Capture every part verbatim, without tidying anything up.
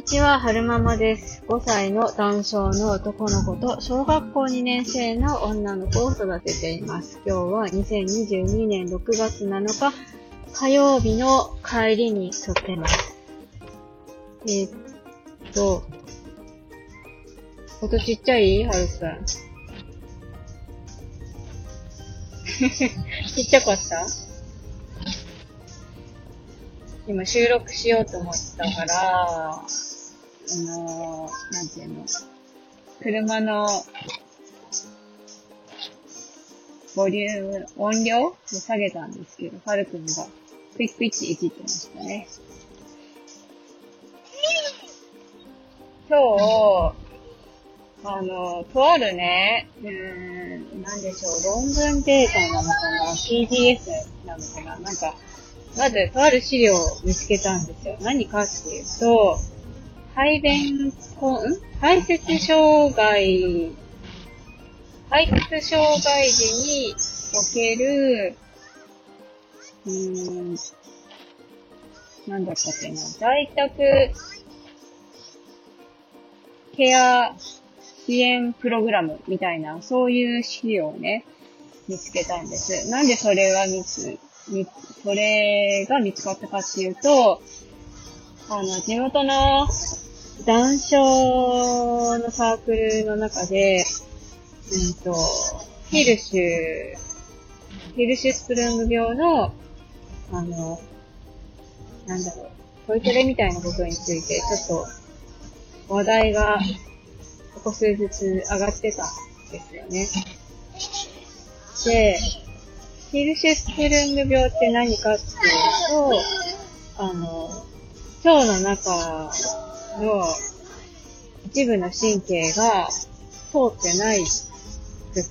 ちは、はるままです。ごさいの男性の男の子と小学校にねん生の女の子を育てています。今日はにせんにじゅうにねんろくがつなのか火曜日の帰りに撮ってます。えー、っと、音ちっちゃい？はるくん。ちっちゃかった？今収録しようと思ったから、あのー、なんていうの、車のボリューム、音量を下げたんですけど、はるくんがクイックイッチいじってましたね。今日、あの、とあるね、うーん、なんでしょう、論文データなのかな ?ピーディーエフ なのかななんか、まず、とある資料を見つけたんですよ。何かっていうと、排便こ、ん排泄障害、排泄障害時における、うーん、なんだったっけな、在宅ケア支援プログラムみたいな、そういう資料をね、見つけたんです。なんでそれが見つ、見、それが見つかったかっていうと、あの、地元の男性のサークルの中で、うんと、ヒルシュ、ヒルシュスプルング病の、あの、なんだろう、トイトレみたいなことについて、ちょっと話題が、ここ数日上がってたんですよね。で、ヒルシュスプルング病って何かっていうと、あの、腸の中の一部の神経が通ってないくって、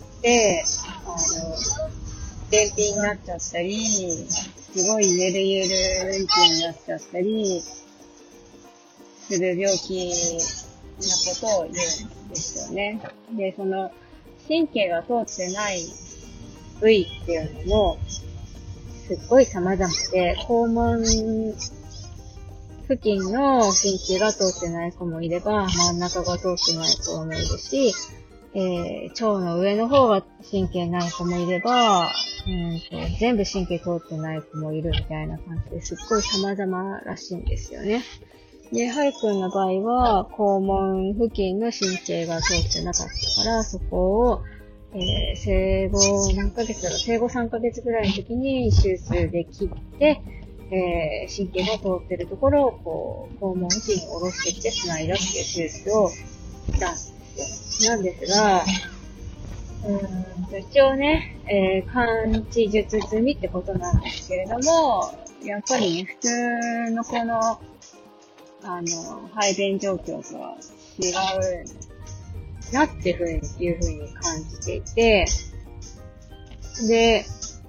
あの、便秘になっちゃったり、すごいゆるゆるうんちになっちゃったり、する病気なことを言うんですよね。で、その、神経が通ってない部位っていうのも、すっごい様々で、肛門付近の神経が通ってない子もいれば、真ん中が通ってない子もいるし、えー、腸の上の方が神経ない子もいれば、うんと、全部神経通ってない子もいるみたいな感じですっごい様々らしいんですよね。で、はるくんの場合は、肛門付近の神経が通ってなかったから、そこを、えー、生後何ヶ月だろう、生後さんかげつぐらいの時に手術で切って、えー、神経が通ってるところを、こう、肛門付近に下ろしてきて繋いだっていう手術をしたんですよ。なんですが、うーん、一応ね、えー、完治術済みってことなんですけれども、やっぱりね、普通のこの、あの、排便状況とは違うなっていうふうに、いうふうに感じていて、で、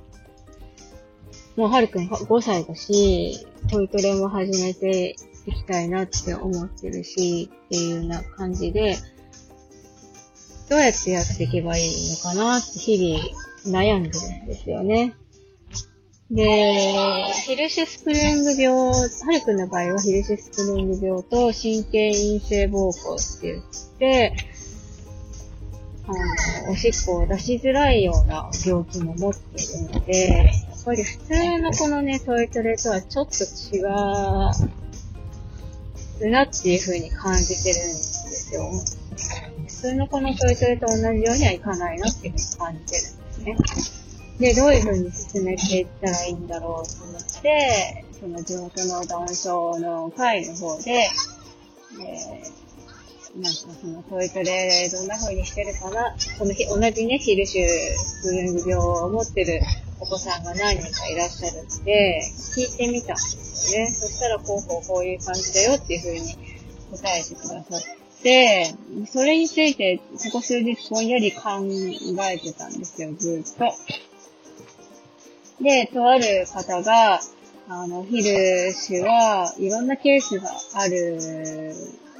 もうはるくんごさいだし、トイトレも始めていきたいなって思ってるし、っていうような感じで、どうやってやっていけばいいのかなって日々悩んでるんですよね。で、ヒルシュスプルング病、はるくんの場合はヒルシュスプルング病と神経陰性膀胱って言って、あの、おしっこを出しづらいような病気も持っているので、やっぱり普通のこのね、トイトレとはちょっと違うなっていう風に感じてるんですよ。普通のこのトイトレと同じようにはいかないなっていう風に感じてるんですね。で、どういう風に進めていったらいいんだろうと思って、その地元の男性の会の方で、えー、なんかそのトイトレどんな風にしてるかな、その日同じね、ヒルシュスプルング病を持ってるお子さんが何人かいらっしゃるので、聞いてみたんですよね。そしたらこうこうこういう感じだよっていう風に答えてくださって、それについてここ数日ぼんやり考えてたんですよ、ずっと。で、とある方が、あの、ヒルシュはいろんなケースがある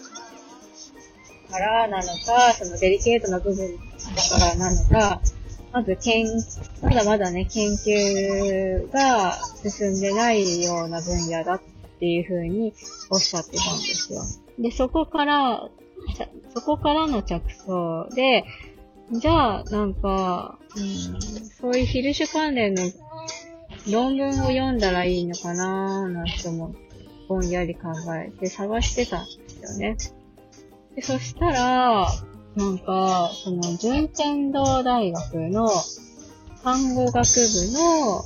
からなのか、そのデリケートな部分だからなのか、まず研、まだまだね、研究が進んでないような分野だっていうふうにおっしゃってたんですよ。 で、そこから、そこからの着想で、じゃあ、なんか、うん、そういうヒルシュ関連の論文を読んだらいいのかなーなんて思って、ぼんやり考えて探してたんですよね。で、そしたら、なんか、その、順天堂大学の看護学部の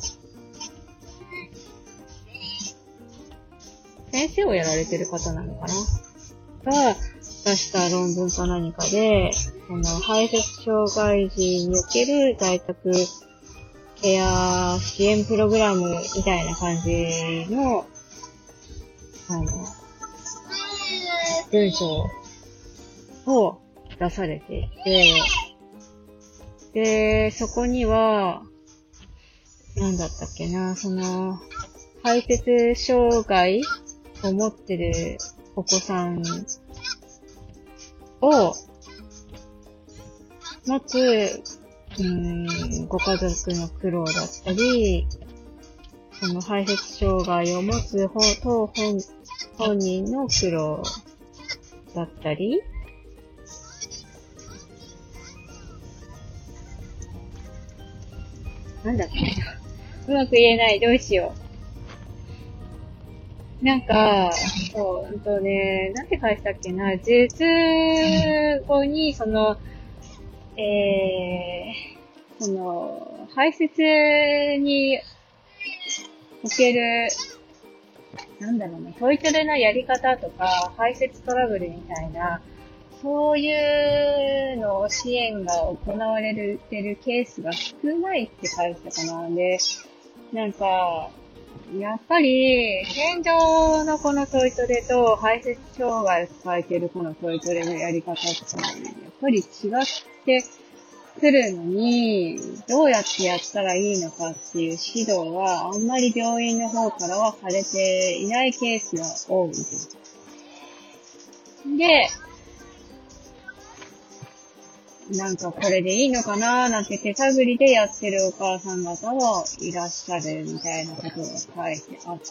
先生をやられてる方なのかなが出した論文か何かで、その、排泄障害児における在宅ケア支援プログラムみたいな感じの、あの、文章を出されていて、で、そこには、なんだったっけな、その、排泄障害を持ってるお子さんを持つ、うーん、ご家族の苦労だったり、その排泄障害を持つ当本、本人の苦労だったり、なんだっけうまく言えない。どうしよう。なんか、そう、うんとね、なんて書いてたっけな。術後に、その、えー、その、排泄における、なんだろうね、トイトレのやり方とか、排泄トラブルみたいな、そういうのを支援が行われてるケースが少ないって書いてたかな。で、なんか、やっぱり、現状のこのトイトレと排泄障害を抱えてるこのトイトレのやり方って、やっぱり違ってくるのに、どうやってやったらいいのかっていう指導は、あんまり病院の方からはされていないケースが多いです。で、なんかこれでいいのかなーなんて手探りでやってるお母さん方もいらっしゃるみたいなことが書いてあって、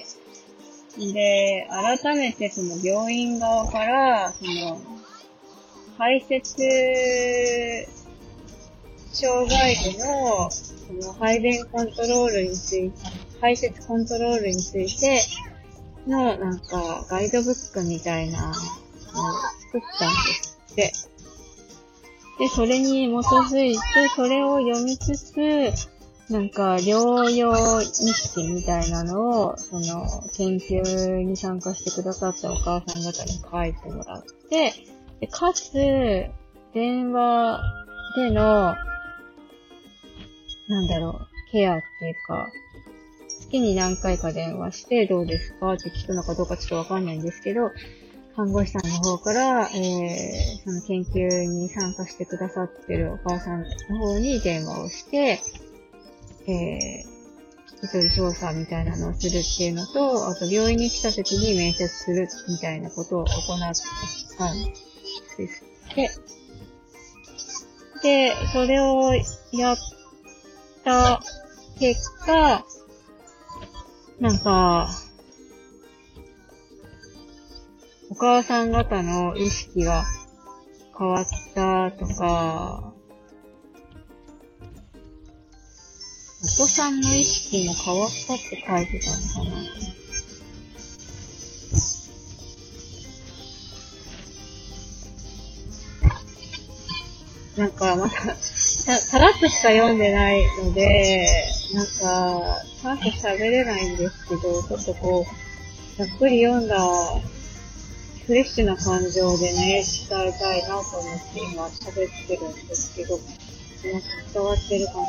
で、改めてその病院側から、その、排泄障害児の、その排便コントロールについて、排泄コントロールについての、なんか、ガイドブックみたいなのを作ったんですって。で、それに基づいて、それを読みつつ、なんか、療養日記みたいなのを、その、研究に参加してくださったお母さん方に書いてもらって、でかつ、電話での、なんだろう、ケアっていうか、月に何回か電話して、どうですかって聞くのかどうかちょっとわかんないんですけど、看護師さんの方から、えー、その研究に参加してくださってるお母さんの方に電話をして、えー、一人調査みたいなのをするっていうのと、あと病院に来た時に面接するみたいなことを行ったんです。で、で、それをやった結果、なんか、お母さん方の意識が変わったとか、お子さんの意識も変わったって書いてたのかな。なんかまだ、た、さらっとしか読んでないので、なんか、ちゃんと喋れないんですけど、ちょっとこう、ざっくり読んだ、フレッシュな感情でね、伝えたいなと思って今喋ってるんですけど、なんか伝わってるかな。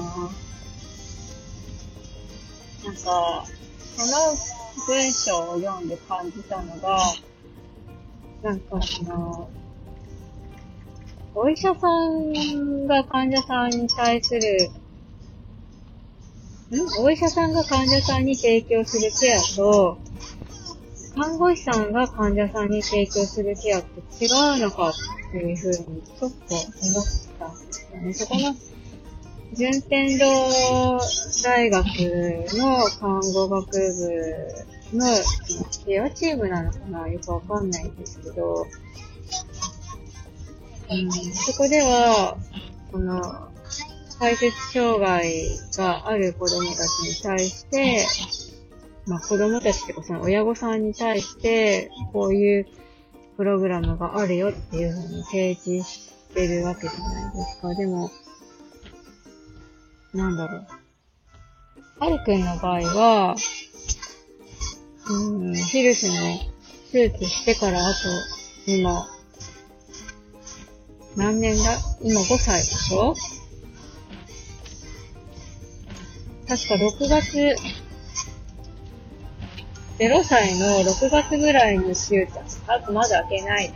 なんか、その文章を読んで感じたのが、なんかその、お医者さんが患者さんに対する、んお医者さんが患者さんに提供するケアと、看護師さんが患者さんに提供するケアって違うのかっていうふうにちょっと思ったんですよね。そこの順天堂大学の看護学部のケアチームなのかな、よくわかんないんですけど、うん、そこでは、この、排泄障害がある子供たちに対して、まあ子供たちっていうかその親御さんに対して、こういうプログラムがあるよっていうふうに提示してるわけじゃないですか。でも、なんだろう。はるくんの場合は、うん、ヒルスの手術してからあと、今、何年だ今ごさいでしょ？確かろくがつ、ゼロさいのろくがつぐらいに手術、あとまだ開けないで。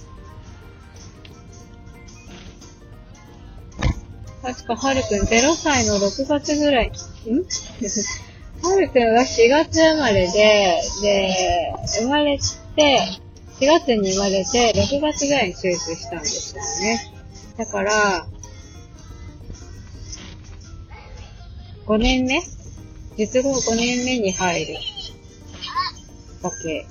確かはるくんゼロさいのろくがつぐらい、んはるくんはしがつ生まれで、で、生まれて、しがつに生まれて、ろくがつぐらいに手術したんですよね。だから、ごねんめ術後ごねんめに入るわけ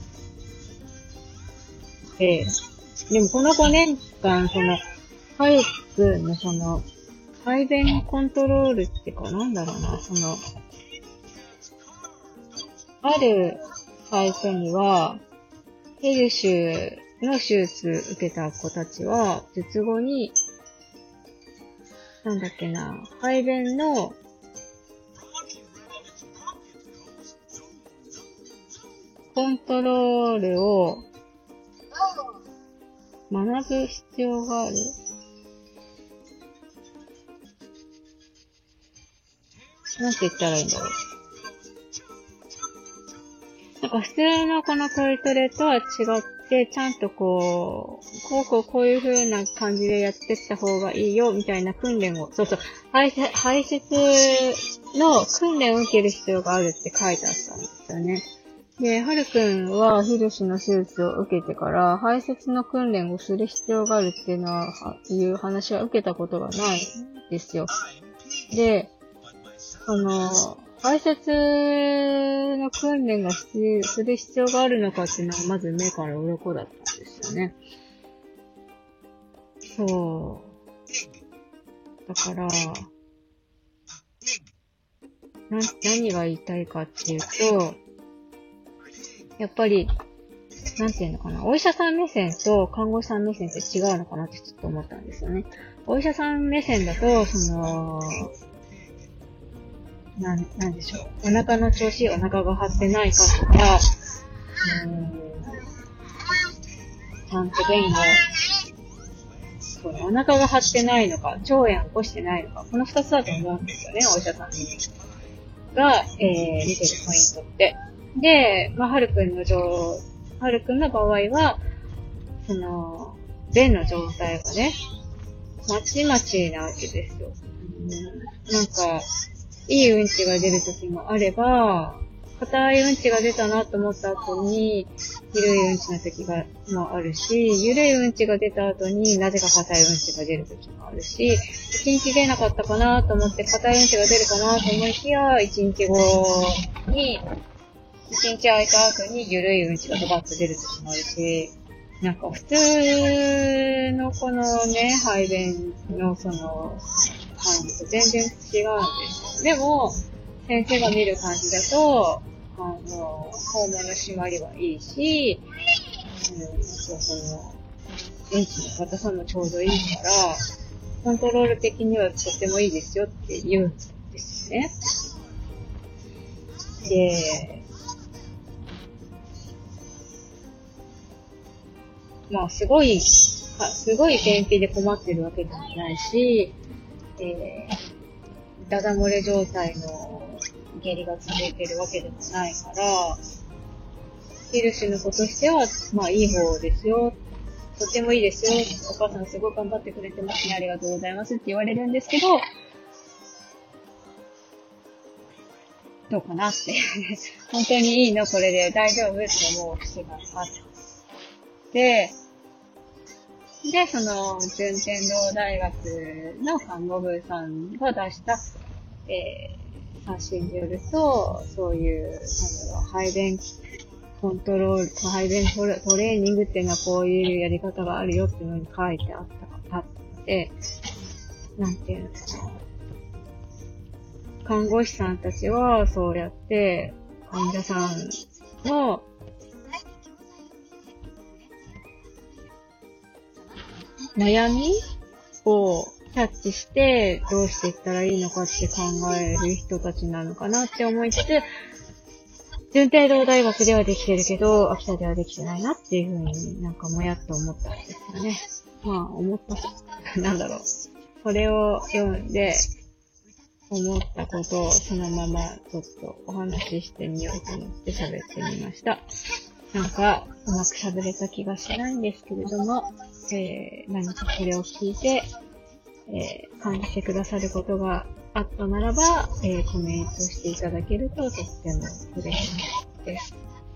で、でもこのごねんかん、その、はるくんのその、排便コントロールってかなんだろうな、その、ある最初には、ヘルシュの手術受けた子たちは、術後に、なんだっけな、排便の、コントロールを学ぶ必要がある。なんて言ったらいいんだろう。なんか普通のこのトイトレとは違って、ちゃんとこう、こうこうこういう風な感じでやってった方がいいよ、みたいな訓練を、そうそう、排泄、排泄の訓練を受ける必要があるって書いてあったんですよね。で、はるくんはヒルシの手術を受けてから、排泄の訓練をする必要があるっていうのは、いう話は受けたことがないんですよ。で、あの、排泄の訓練が必要、する必要があるのかっていうのは、まず目から鱗だったんですよね。そう。だから、な、何が言いたいかっていうと、やっぱり、なんていうのかな、お医者さん目線と看護師さん目線って違うのかなってちょっと思ったんですよね。お医者さん目線だと、その、なん、なんでしょう。お腹の調子、お腹が張ってないかとか、うーん、ちゃんと便が、そうね、お腹が張ってないのか、腸炎を起こしてないのか、この二つだと思うんですよね、お医者さんが、えー、見てるポイントって。で、まあ、はるくんの状、はるくんの場合は、その、便の状態がね、まちまちなわけですよ。うん、なんか、いいうんちが出るときもあれば、硬いうんちが出たなと思った後に、緩いうんちのときが、もあるし、緩いうんちが出た後になぜか硬いうんちが出るときもあるし、一日出なかったかなと思って硬いうんちが出るかなと思いきや、一日後に、一日空いた後に緩いうんちがドバッと出るときもあるし、なんか普通のこのね、排便のその、感じと全然違うんですよ。でも、先生が見る感じだと、あの、肛門の締まりはいいし、うん、そうその、うんちの硬さもちょうどいいから、コントロール的にはとてもいいですよって言うんですよね。で、まあ、すごい、すごい便秘で困ってるわけでもないし、えー、ダダ漏れ状態の下痢が続いてるわけでもないから、ヒルシュの子としては、まあいい方ですよ。とてもいいですよ。お母さんすごい頑張ってくれてますね。ありがとうございますって言われるんですけど、どうかなって。本当にいいのこれで大丈夫って思う節があって。 で、その、順天堂大学の看護部さんが出した、えー、冊子によると、そういう、なんだろう、排便コントロール、排便トレトレーニングっていうのはこういうやり方があるよっていうのに書いてあったか、あって、なんていうのかな。看護師さんたちは、そうやって、患者さんの、悩みをキャッチして、どうしていったらいいのかって考える人たちなのかなって思いつつ、順天堂大学ではできてるけど、秋田ではできてないなっていうふうになんかもやっと思ったんですよね。まあ、思った、なんだろう。それを読んで、思ったことをそのままちょっとお話ししてみようと思って喋ってみました。なんか、うまく喋れた気がしないんですけれども、えー、何かこれを聞いて、えー、感じてくださることがあったならば、えー、コメントしていただけるととっても嬉しいです。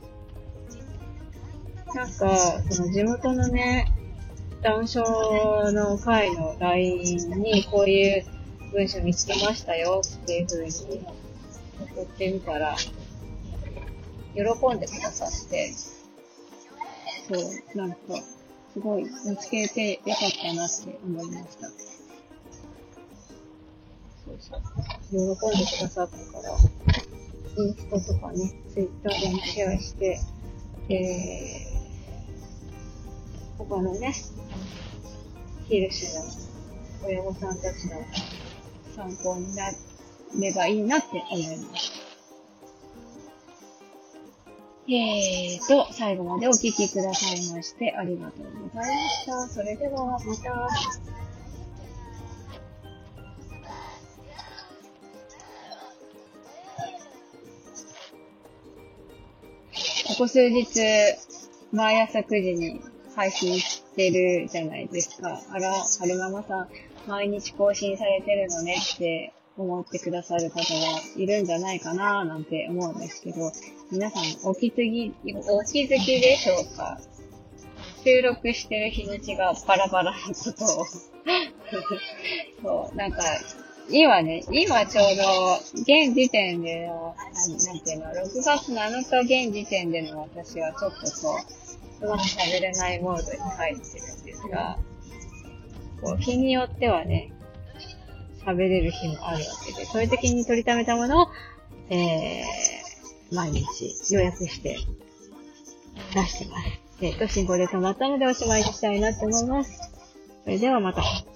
なんか、その地元のね、ダウン症の会の ライン にこういう文章見つけましたよっていう風に送ってみたら、喜んでくださって、そう、なんか、すごい見つけてよかったなって思いました。そうそう。喜んでくださったから、インスタとかね、ツイッターでもシェアして、えー、他のね、ヒルシュの親御さんたちの参考になればいいなって思います。えーと、最後までお聞きくださいましてありがとうございました。それではまた。ここ数日、毎朝くじに配信してるじゃないですか。あら、はるままさん、毎日更新されてるのねって思ってくださる方がいるんじゃないかななんて思うんですけど、皆さんお気づき、お気づきでしょうか？収録してる日にちがバラバラなことを。そう、なんか、今ね、今ちょうど、現時点での、なん、なんていうの、ろくがつなのか現時点での私はちょっとこう、うまく喋れないモードに入ってるんですが、こう、日によってはね、喋れる日もあるわけで、そういう時に取りためたものを、えー、毎日予約して出してます。えっと、進行で止まったのでおしまいにしたいなと思います。それではまた。